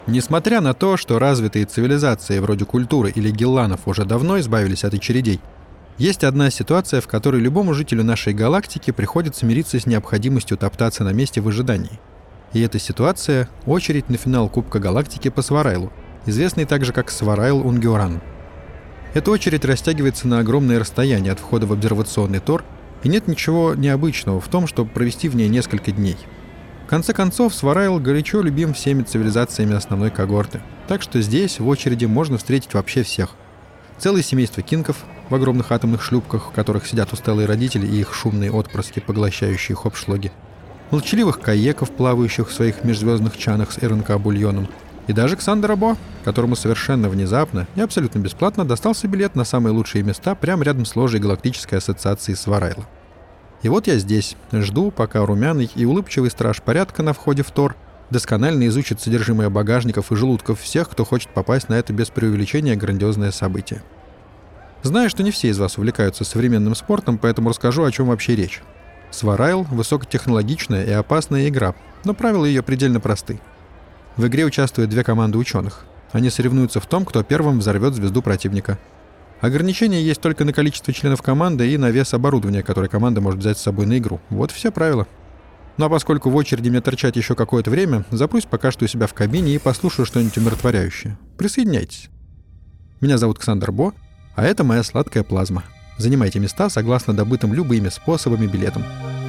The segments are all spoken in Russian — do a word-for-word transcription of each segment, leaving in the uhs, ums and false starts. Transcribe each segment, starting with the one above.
Несмотря на то, что развитые цивилизации вроде культуры или гелланов уже давно избавились от очередей, есть одна ситуация, в которой любому жителю нашей галактики приходится мириться с необходимостью топтаться на месте в ожидании. И эта ситуация — очередь на финал Кубка Галактики по Сварайлу, известный также как Сварайл-Унгиоран. Эта очередь растягивается на огромное расстояние от входа в обсервационный Тор, и нет ничего необычного в том, чтобы провести в ней несколько дней. В конце концов, Сварайл горячо любим всеми цивилизациями основной когорты, так что здесь в очереди можно встретить вообще всех. Целое семейство кинков в огромных атомных шлюпках, в которых сидят усталые родители и их шумные отпрыски, поглощающие хопшлоги, молчаливых каеков, плавающих в своих межзвездных чанах с РНК-бульоном, и даже Ксандера Бо, которому совершенно внезапно и абсолютно бесплатно достался билет на самые лучшие места прямо рядом с ложей Галактической ассоциации Сварайла. И вот я здесь, жду, пока румяный и улыбчивый страж порядка на входе в Тор досконально изучит содержимое багажников и желудков всех, кто хочет попасть на это без преувеличения грандиозное событие. Знаю, что не все из вас увлекаются современным спортом, поэтому расскажу, о чем вообще речь. Сварайл — высокотехнологичная и опасная игра, но правила ее предельно просты. В игре участвуют две команды ученых. Они соревнуются в том, кто первым взорвет звезду противника. Ограничения есть только на количество членов команды и на вес оборудования, которое команда может взять с собой на игру. Вот все правила. Ну а поскольку в очереди мне торчать еще какое-то время, запрусь пока что у себя в кабине и послушаю что-нибудь умиротворяющее. Присоединяйтесь. Меня зовут Ксандер Бо, а это моя сладкая плазма. Занимайте места согласно добытым любыми способами билетам.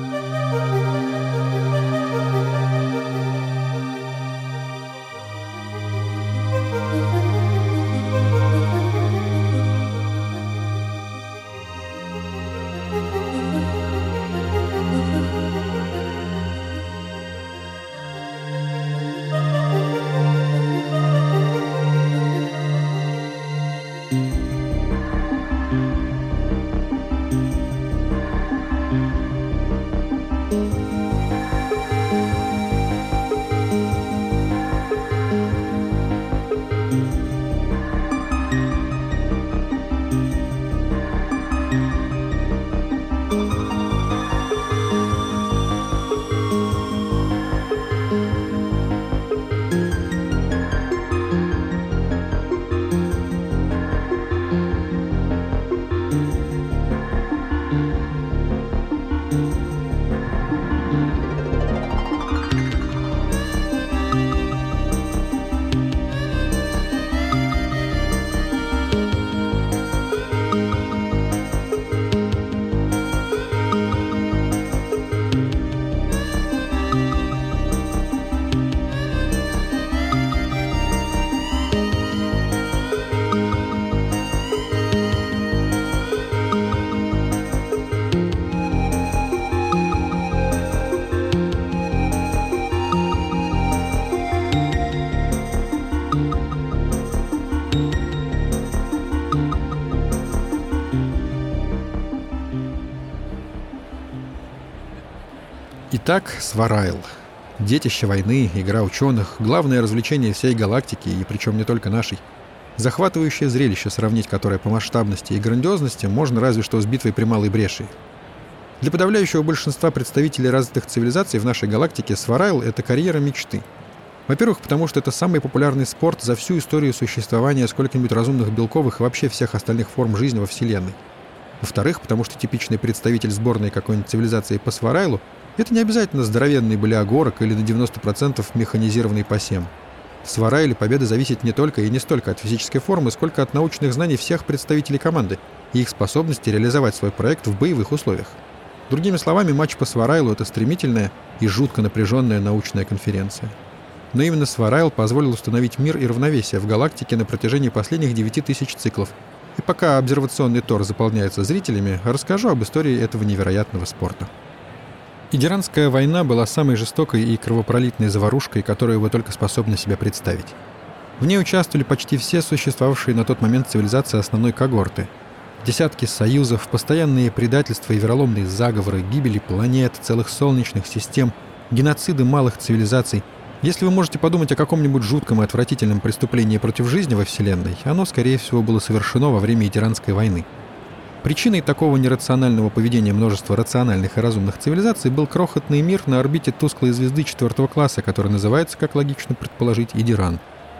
Итак, Сварайл. Детище войны, игра ученых, главное развлечение всей галактики, и причем не только нашей. Захватывающее зрелище, сравнить которое по масштабности и грандиозности можно разве что с битвой при Малой Брешии. Для подавляющего большинства представителей развитых цивилизаций в нашей галактике Сварайл — это карьера мечты. Во-первых, потому что это самый популярный спорт за всю историю существования сколько-нибудь разумных белковых и вообще всех остальных форм жизни во Вселенной. Во-вторых, потому что типичный представитель сборной какой-нибудь цивилизации по Сварайлу — это не обязательно здоровенный Балиагорок или на девяносто процентов механизированный Пасем. В Сварайле победа зависит не только и не столько от физической формы, сколько от научных знаний всех представителей команды и их способности реализовать свой проект в боевых условиях. Другими словами, матч по Сварайлу — это стремительная и жутко напряженная научная конференция. Но именно Сварайл позволил установить мир и равновесие в галактике на протяжении последних девяти тысяч циклов. И пока обсервационный Тор заполняется зрителями, расскажу об истории этого невероятного спорта. Идиранская война была самой жестокой и кровопролитной заварушкой, которую вы только способны себе представить. В ней участвовали почти все существовавшие на тот момент цивилизации основной когорты. Десятки союзов, постоянные предательства и вероломные заговоры, гибели планет, целых солнечных систем, геноциды малых цивилизаций. Если вы можете подумать о каком-нибудь жутком и отвратительном преступлении против жизни во Вселенной, оно, скорее всего, было совершено во время Идиранской войны. Причиной такого нерационального поведения множества рациональных и разумных цивилизаций был крохотный мир на орбите тусклой звезды четвертого класса, который называется, как логично предположить, Идиран.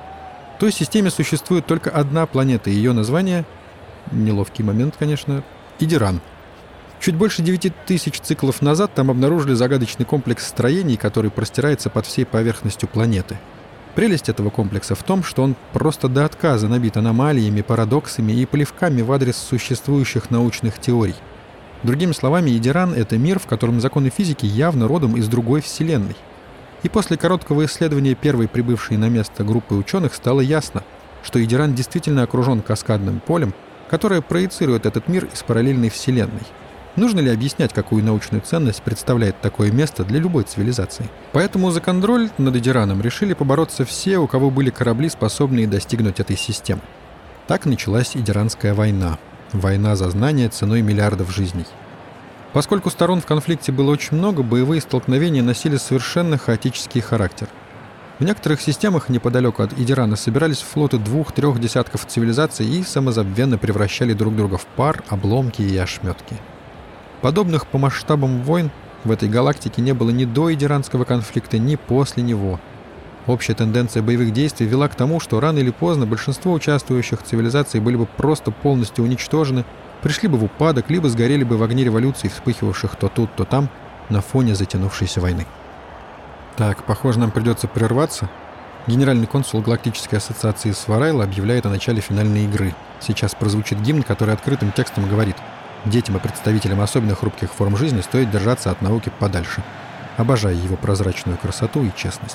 той системе существует только одна планета, и ее название, неловкий момент, конечно, Идиран. Чуть больше девяти тысяч циклов назад там обнаружили загадочный комплекс строений, который простирается под всей поверхностью планеты. Прелесть этого комплекса в том, что он просто до отказа набит аномалиями, парадоксами и плевками в адрес существующих научных теорий. Другими словами, Идиран — это мир, в котором законы физики явно родом из другой вселенной. И после короткого исследования первой прибывшей на место группы ученых стало ясно, что Идиран действительно окружен каскадным полем, которое проецирует этот мир из параллельной вселенной. Нужно ли объяснять, какую научную ценность представляет такое место для любой цивилизации? Поэтому за контроль над Идираном решили побороться все, у кого были корабли, способные достигнуть этой системы. Так началась Идиранская война. Война за знания ценой миллиардов жизней. Поскольку сторон в конфликте было очень много, боевые столкновения носили совершенно хаотический характер. В некоторых системах неподалеку от Идирана собирались флоты двух-трех десятков цивилизаций и самозабвенно превращали друг друга в пар, обломки и ошметки. Подобных по масштабам войн в этой галактике не было ни до Идиранского конфликта, ни после него. Общая тенденция боевых действий вела к тому, что рано или поздно большинство участвующих цивилизаций были бы просто полностью уничтожены, пришли бы в упадок, либо сгорели бы в огне революций, вспыхивавших то тут, то там, на фоне затянувшейся войны. Так, похоже, нам придется прерваться. Генеральный консул Галактической ассоциации Сварайла объявляет о начале финальной игры. Сейчас прозвучит гимн, который открытым текстом говорит: детям и представителям особенно хрупких форм жизни стоит держаться от науки подальше. Обожаю его прозрачную красоту и честность.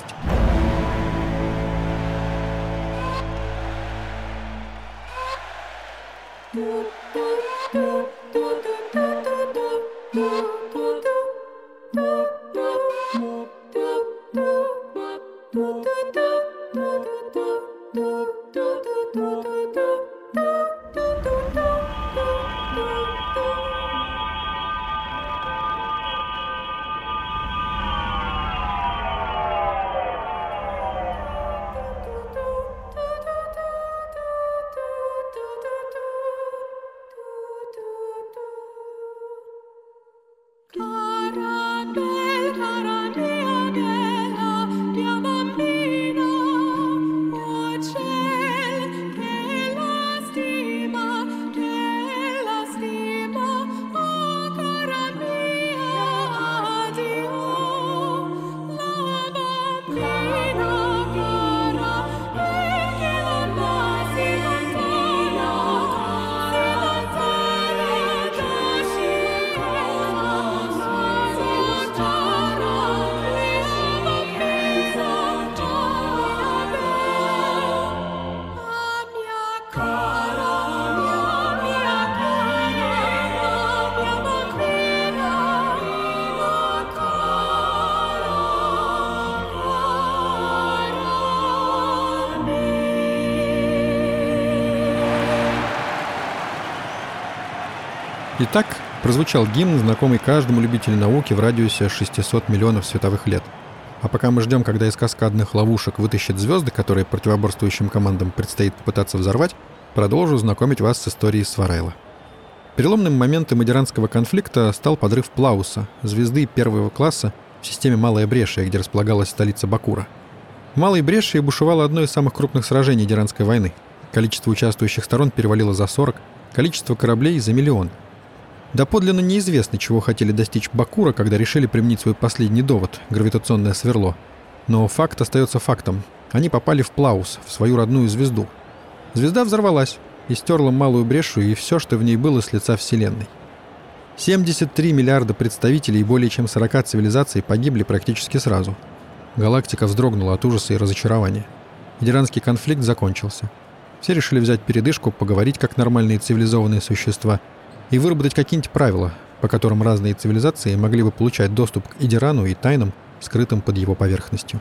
Итак, прозвучал гимн, знакомый каждому любителю науки в радиусе шестисот миллионов световых лет. А пока мы ждем, когда из каскадных ловушек вытащат звезды, которые противоборствующим командам предстоит попытаться взорвать, продолжу знакомить вас с историей Сварайла. Переломным моментом идиранского конфликта стал подрыв Плауса, звезды первого класса в системе Малая Брешия, где располагалась столица Бакура. В Малой Брешии бушевало одно из самых крупных сражений Идиранской войны. Количество участвующих сторон перевалило за сорок, количество кораблей — за миллион. Доподлинно неизвестно, чего хотели достичь Бакура, когда решили применить свой последний довод — гравитационное сверло. Но факт остается фактом. Они попали в Плаус, в свою родную звезду. Звезда взорвалась и стерла Малую Брешию и все, что в ней было, с лица Вселенной. семьдесят три миллиарда представителей и более чем сорок цивилизаций погибли практически сразу. Галактика вздрогнула от ужаса и разочарования. Идиранский конфликт закончился. Все решили взять передышку, поговорить как нормальные цивилизованные существа и выработать какие-нибудь правила, по которым разные цивилизации могли бы получать доступ к Идирану и тайнам, скрытым под его поверхностью.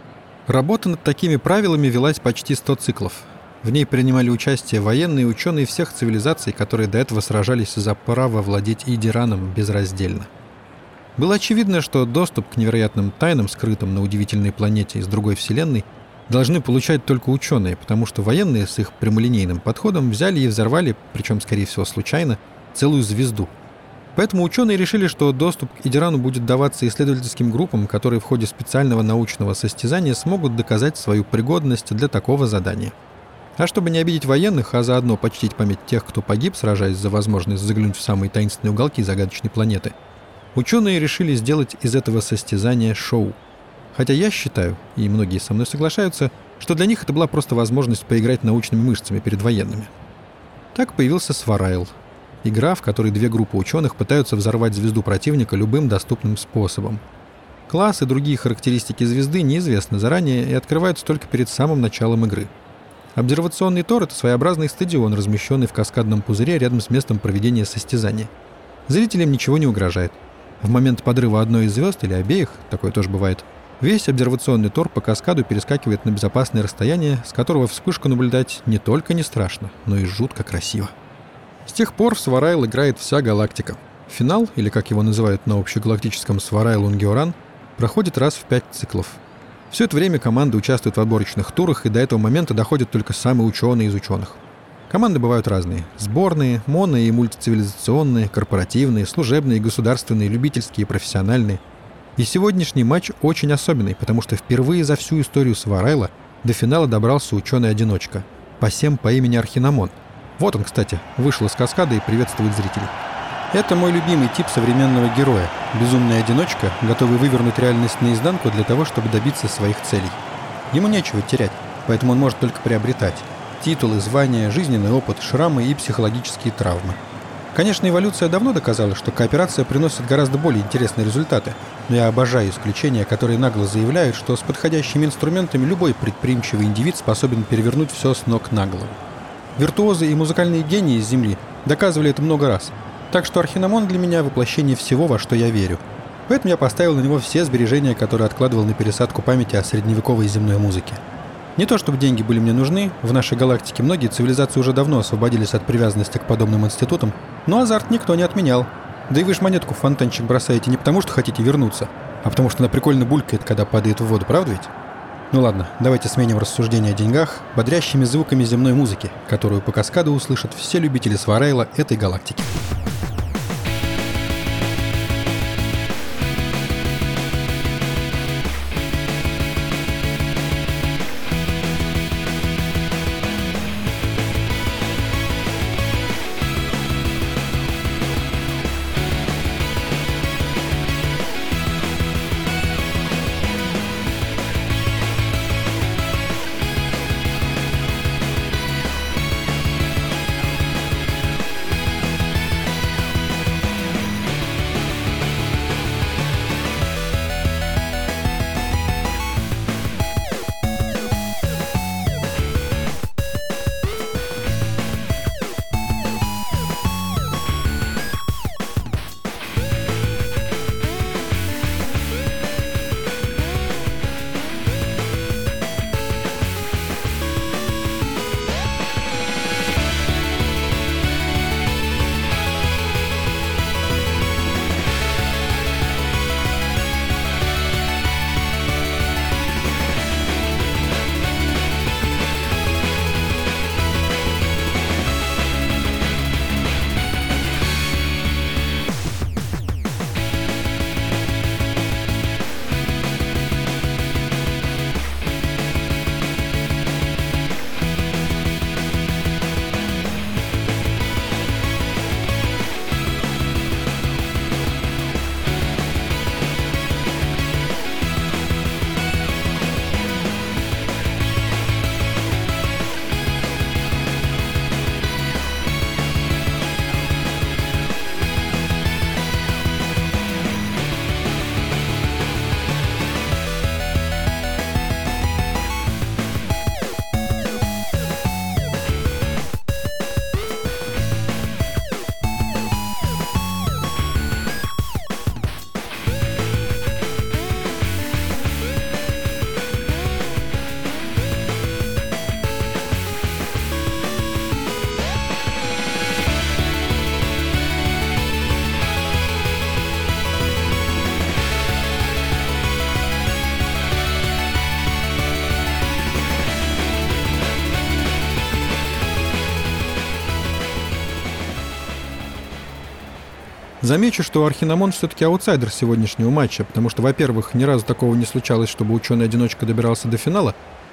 Работа над такими правилами велась почти сто циклов. В ней принимали участие военные и ученые всех цивилизаций, которые до этого сражались за право владеть Идираном безраздельно. Было очевидно, что доступ к невероятным тайнам, скрытым на удивительной планете из другой вселенной, должны получать только ученые, потому что военные с их прямолинейным подходом взяли и взорвали, причем, скорее всего, случайно, целую звезду. Поэтому ученые решили, что доступ к Идирану будет даваться исследовательским группам, которые в ходе специального научного состязания смогут доказать свою пригодность для такого задания. А чтобы не обидеть военных, а заодно почтить память тех, кто погиб, сражаясь за возможность заглянуть в самые таинственные уголки загадочной планеты, ученые решили сделать из этого состязания шоу. Хотя я считаю, и многие со мной соглашаются, что для них это была просто возможность поиграть научными мышцами перед военными. Так появился Сварайл. Игра, в которой две группы ученых пытаются взорвать звезду противника любым доступным способом. Класс и другие характеристики звезды неизвестны заранее и открываются только перед самым началом игры. Обсервационный тор — это своеобразный стадион, размещенный в каскадном пузыре рядом с местом проведения состязания. Зрителям ничего не угрожает. В момент подрыва одной из звезд или обеих, такое тоже бывает, весь обсервационный тор по каскаду перескакивает на безопасное расстояние, с которого вспышку наблюдать не только не страшно, но и жутко красиво. С тех пор в Сварайл играет вся галактика. Финал, или как его называют на общегалактическом Сварайл-Унгиоран, проходит раз в пять циклов. Все это время команды участвуют в отборочных турах, и до этого момента доходят только самые ученые из ученых. Команды бывают разные. Сборные, моно- и мультицивилизационные, корпоративные, служебные, государственные, любительские, профессиональные. И сегодняшний матч очень особенный, потому что впервые за всю историю Сварайла до финала добрался ученый-одиночка. Пассем по имени Архинамон. Вот он, кстати, вышел из каскада и приветствует зрителей. Это мой любимый тип современного героя. Безумный одиночка, готовый вывернуть реальность наизнанку для того, чтобы добиться своих целей. Ему нечего терять, поэтому он может только приобретать. Титулы, звания, жизненный опыт, шрамы и психологические травмы. Конечно, эволюция давно доказала, что кооперация приносит гораздо более интересные результаты, но я обожаю исключения, которые нагло заявляют, что с подходящими инструментами любой предприимчивый индивид способен перевернуть все с ног на голову. Виртуозы и музыкальные гении из Земли доказывали это много раз. Так что Архинамон для меня воплощение всего, во что я верю. Поэтому я поставил на него все сбережения, которые откладывал на пересадку памяти о средневековой земной музыке. Не то чтобы деньги были мне нужны, в нашей галактике многие цивилизации уже давно освободились от привязанности к подобным институтам, но азарт никто не отменял. Да и вы ж монетку в фонтанчик бросаете не потому, что хотите вернуться, а потому что она прикольно булькает, когда падает в воду, правда ведь? Ну ладно, давайте сменим рассуждения о деньгах бодрящими звуками земной музыки, которую по каскаду услышат все любители Сварайла этой галактики. Замечу, что Архинамон все-таки аутсайдер сегодняшнего матча, потому что, во-первых, ни разу такого не случалось, чтобы ученый-одиночка добирался до финала,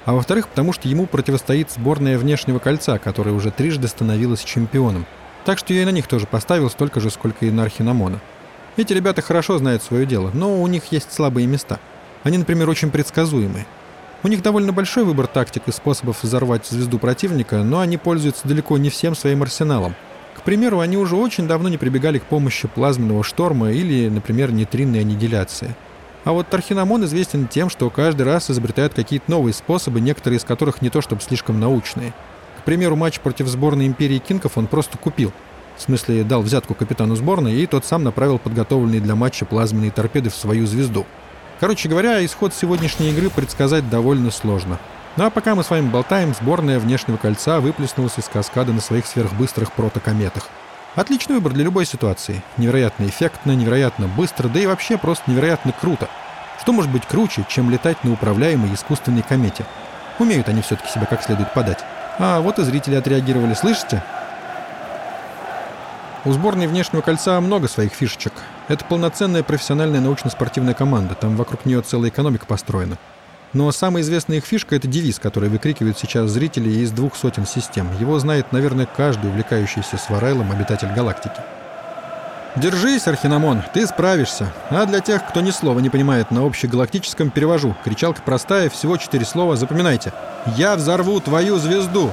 а во-вторых, потому что ему противостоит сборная внешнего кольца, которая уже трижды становилась чемпионом. Так что я и на них тоже поставил столько же, сколько и на Архинамона. Эти ребята хорошо знают свое дело, но у них есть слабые места. Они, например, очень предсказуемые. У них довольно большой выбор тактик и способов взорвать звезду противника, но они пользуются далеко не всем своим арсеналом. К примеру, они уже очень давно не прибегали к помощи плазменного шторма или, например, нейтринной аннигиляции. А вот Архинамон известен тем, что каждый раз изобретает какие-то новые способы, некоторые из которых не то чтобы слишком научные. К примеру, матч против сборной Империи Кинков он просто купил. В смысле, дал взятку капитану сборной, и тот сам направил подготовленные для матча плазменные торпеды в свою звезду. Короче говоря, исход сегодняшней игры предсказать довольно сложно. Ну а пока мы с вами болтаем, сборная внешнего кольца выплеснулась из каскада на своих сверхбыстрых протокометах. Отличный выбор для любой ситуации. Невероятно эффектно, невероятно быстро, да и вообще просто невероятно круто. Что может быть круче, чем летать на управляемой искусственной комете? Умеют они все-таки себя как следует подать. А вот и зрители отреагировали, слышите? У сборной внешнего кольца много своих фишечек. Это полноценная профессиональная научно-спортивная команда, там вокруг нее целая экономика построена. Но самая известная их фишка — это девиз, который выкрикивают сейчас зрители из двух сотен систем. Его знает, наверное, каждый увлекающийся сварайлом обитатель галактики. «Держись, Архинамон, ты справишься!» А для тех, кто ни слова не понимает, на общегалактическом перевожу. Кричалка простая, всего четыре слова, запоминайте. «Я взорву твою звезду!»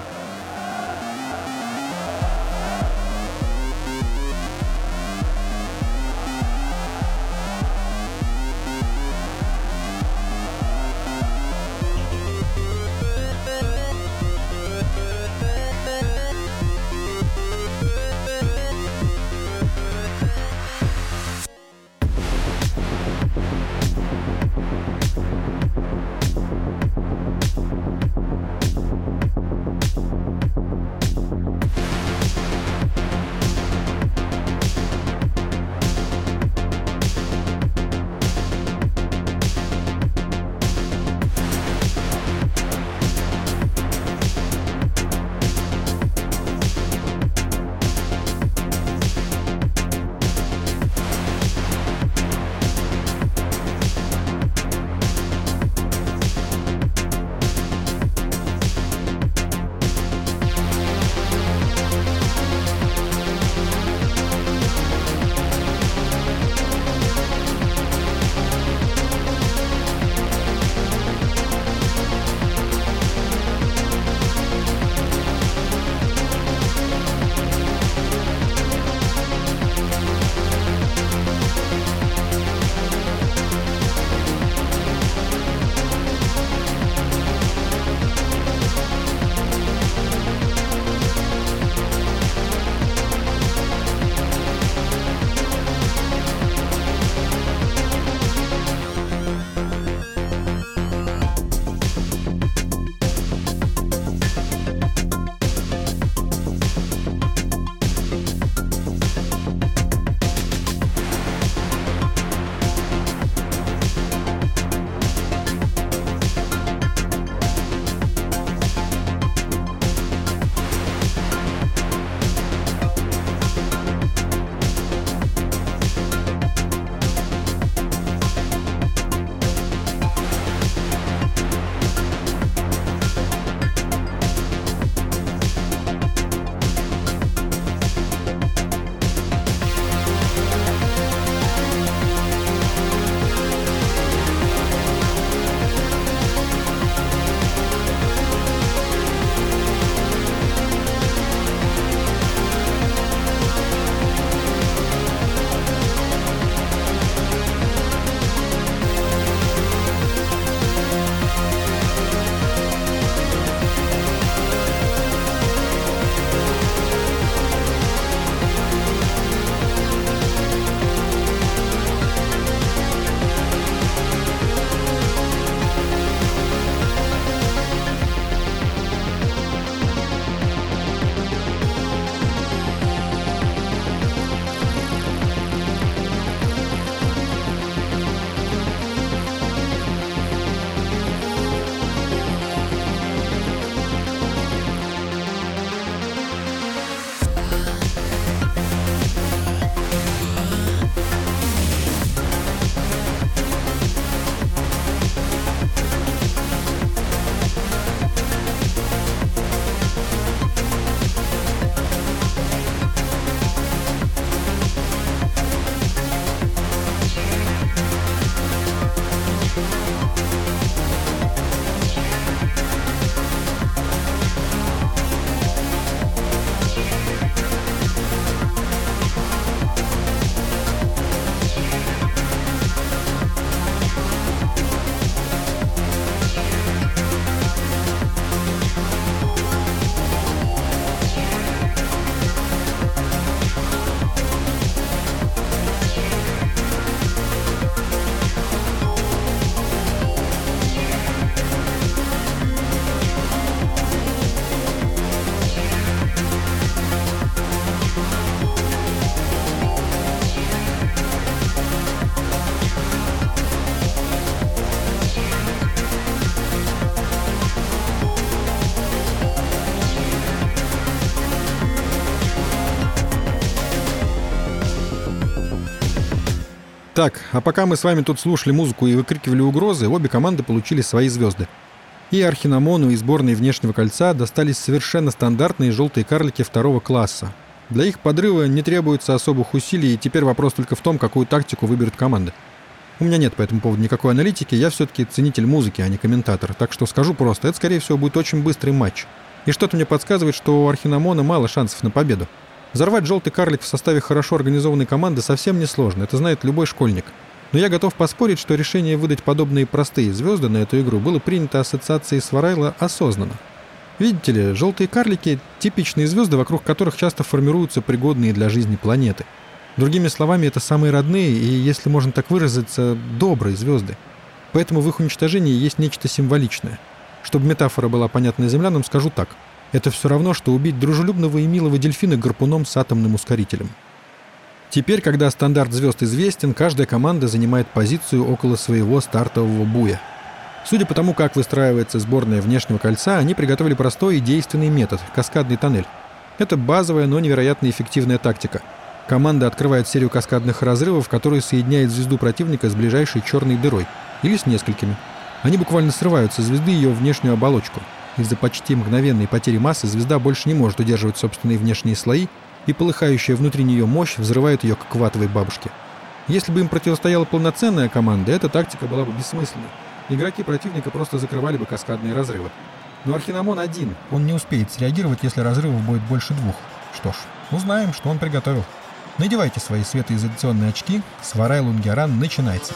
Так, а пока мы с вами тут слушали музыку и выкрикивали угрозы, обе команды получили свои звезды. И Архинамону, и сборной Внешнего кольца достались совершенно стандартные желтые карлики второго класса. Для их подрыва не требуется особых усилий, и теперь вопрос только в том, какую тактику выберут команды. У меня нет по этому поводу никакой аналитики, я все-таки ценитель музыки, а не комментатор, так что скажу просто, это, скорее всего, будет очень быстрый матч. И что-то мне подсказывает, что у Архинамона мало шансов на победу. Взорвать желтый карлик в составе хорошо организованной команды совсем несложно, это знает любой школьник. Но я готов поспорить, что решение выдать подобные простые звезды на эту игру было принято ассоциацией Сварайла осознанно. Видите ли, желтые карлики — типичные звезды, вокруг которых часто формируются пригодные для жизни планеты. Другими словами, это самые родные и, если можно так выразиться, добрые звезды. Поэтому в их уничтожении есть нечто символичное. Чтобы метафора была понятна землянам, скажу так. Это все равно, что убить дружелюбного и милого дельфина гарпуном с атомным ускорителем. Теперь, когда стандарт звезд известен, каждая команда занимает позицию около своего стартового буя. Судя по тому, как выстраивается сборная Внешнего кольца, они приготовили простой и действенный метод – каскадный тоннель. Это базовая, но невероятно эффективная тактика. Команда открывает серию каскадных разрывов, которые соединяют звезду противника с ближайшей черной дырой, или с несколькими. Они буквально срывают со звезды ее внешнюю оболочку. Из-за почти мгновенной потери массы звезда больше не может удерживать собственные внешние слои, и полыхающая внутри нее мощь взрывает ее, как ватовой бабушке. Если бы им противостояла полноценная команда, эта тактика была бы бессмысленной. Игроки противника просто закрывали бы каскадные разрывы. Но Архинамон один, он не успеет среагировать, если разрывов будет больше двух. Что ж, узнаем, что он приготовил. Надевайте свои светоизоляционные очки, Сварайл Унгиаран начинается.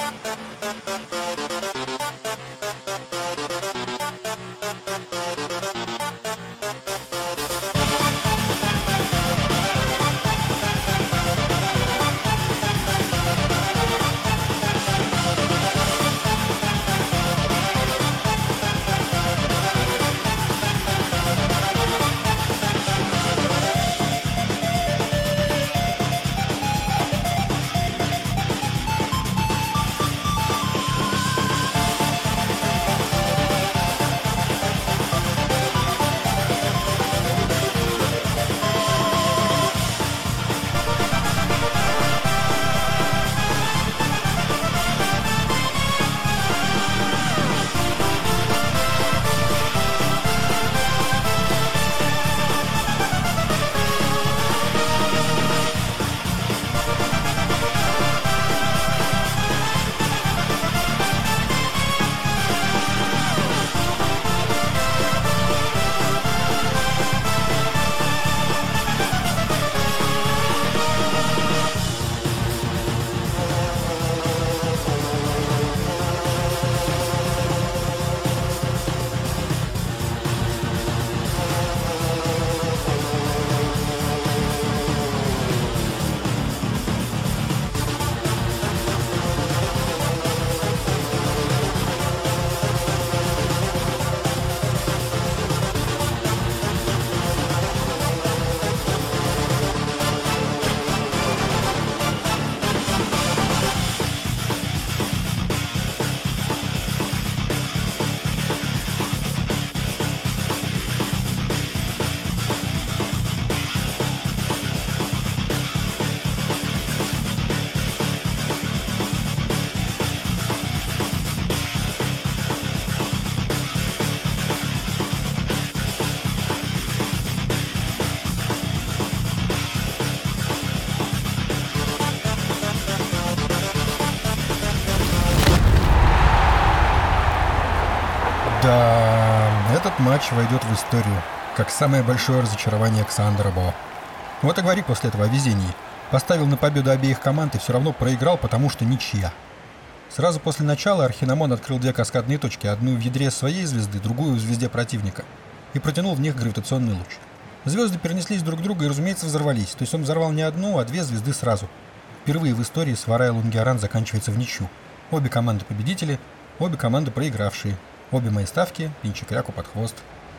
Да, этот матч войдет в историю, как самое большое разочарование Ксандера Бо. Вот и говори после этого о везении. Поставил на победу обеих команд и все равно проиграл, потому что ничья. Сразу после начала Архинамон открыл две каскадные точки, одну в ядре своей звезды, другую в звезде противника, и протянул в них гравитационный луч. Звезды перенеслись друг к другу и, разумеется, взорвались, то есть он взорвал не одну, а две звезды сразу. Впервые в истории Сварайл Унгиаран заканчивается в ничью. Обе команды победители, обе команды проигравшие. Обе мои ставки — пинчик-ряку под хвост.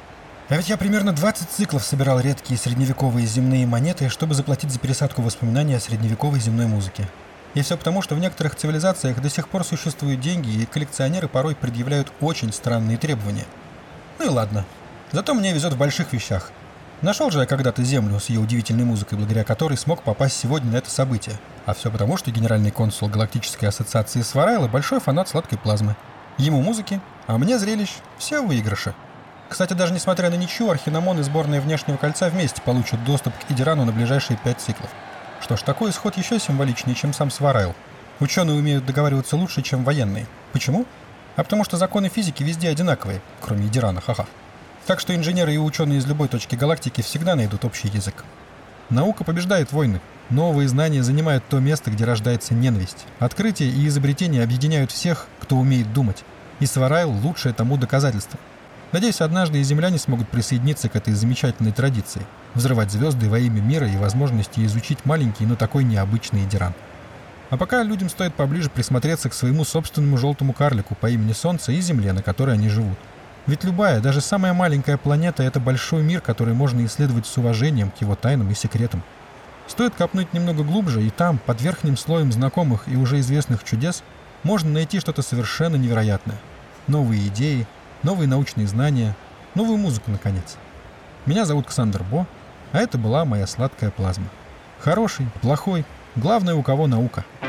А ведь я примерно двадцать циклов собирал редкие средневековые земные монеты, чтобы заплатить за пересадку воспоминаний о средневековой земной музыке. И все потому, что в некоторых цивилизациях до сих пор существуют деньги, и коллекционеры порой предъявляют очень странные требования. Ну и ладно. Зато мне везет в больших вещах. Нашел же я когда-то Землю с ее удивительной музыкой, благодаря которой смог попасть сегодня на это событие. А все потому, что генеральный консул Галактической ассоциации Сварайла большой фанат сладкой плазмы. Ему музыки, а мне зрелищ, все выигрыши. Кстати, даже несмотря на ничью, Архинамон и сборная Внешнего Кольца вместе получат доступ к Идирану на ближайшие пять циклов. Что ж, такой исход еще символичнее, чем сам Сварайл. Ученые умеют договариваться лучше, чем военные. Почему? А потому что законы физики везде одинаковые, кроме Идирана, ха-ха. Так что инженеры и ученые из любой точки галактики всегда найдут общий язык. Наука побеждает войны. Новые знания занимают то место, где рождается ненависть. Открытия и изобретения объединяют всех, кто умеет думать. И Сварайл – лучшее тому доказательство. Надеюсь, однажды и земляне смогут присоединиться к этой замечательной традиции – взрывать звезды во имя мира и возможности изучить маленький, но такой необычный Идиран. А пока людям стоит поближе присмотреться к своему собственному желтому карлику по имени Солнце и Земле, на которой они живут. Ведь любая, даже самая маленькая планета – это большой мир, который можно исследовать с уважением к его тайнам и секретам. Стоит копнуть немного глубже, и там, под верхним слоем знакомых и уже известных чудес, можно найти что-то совершенно невероятное. Новые идеи, новые научные знания, новую музыку, наконец. Меня зовут Ксандр Бо, а это была моя сладкая плазма. Хороший, плохой, главное, у кого наука.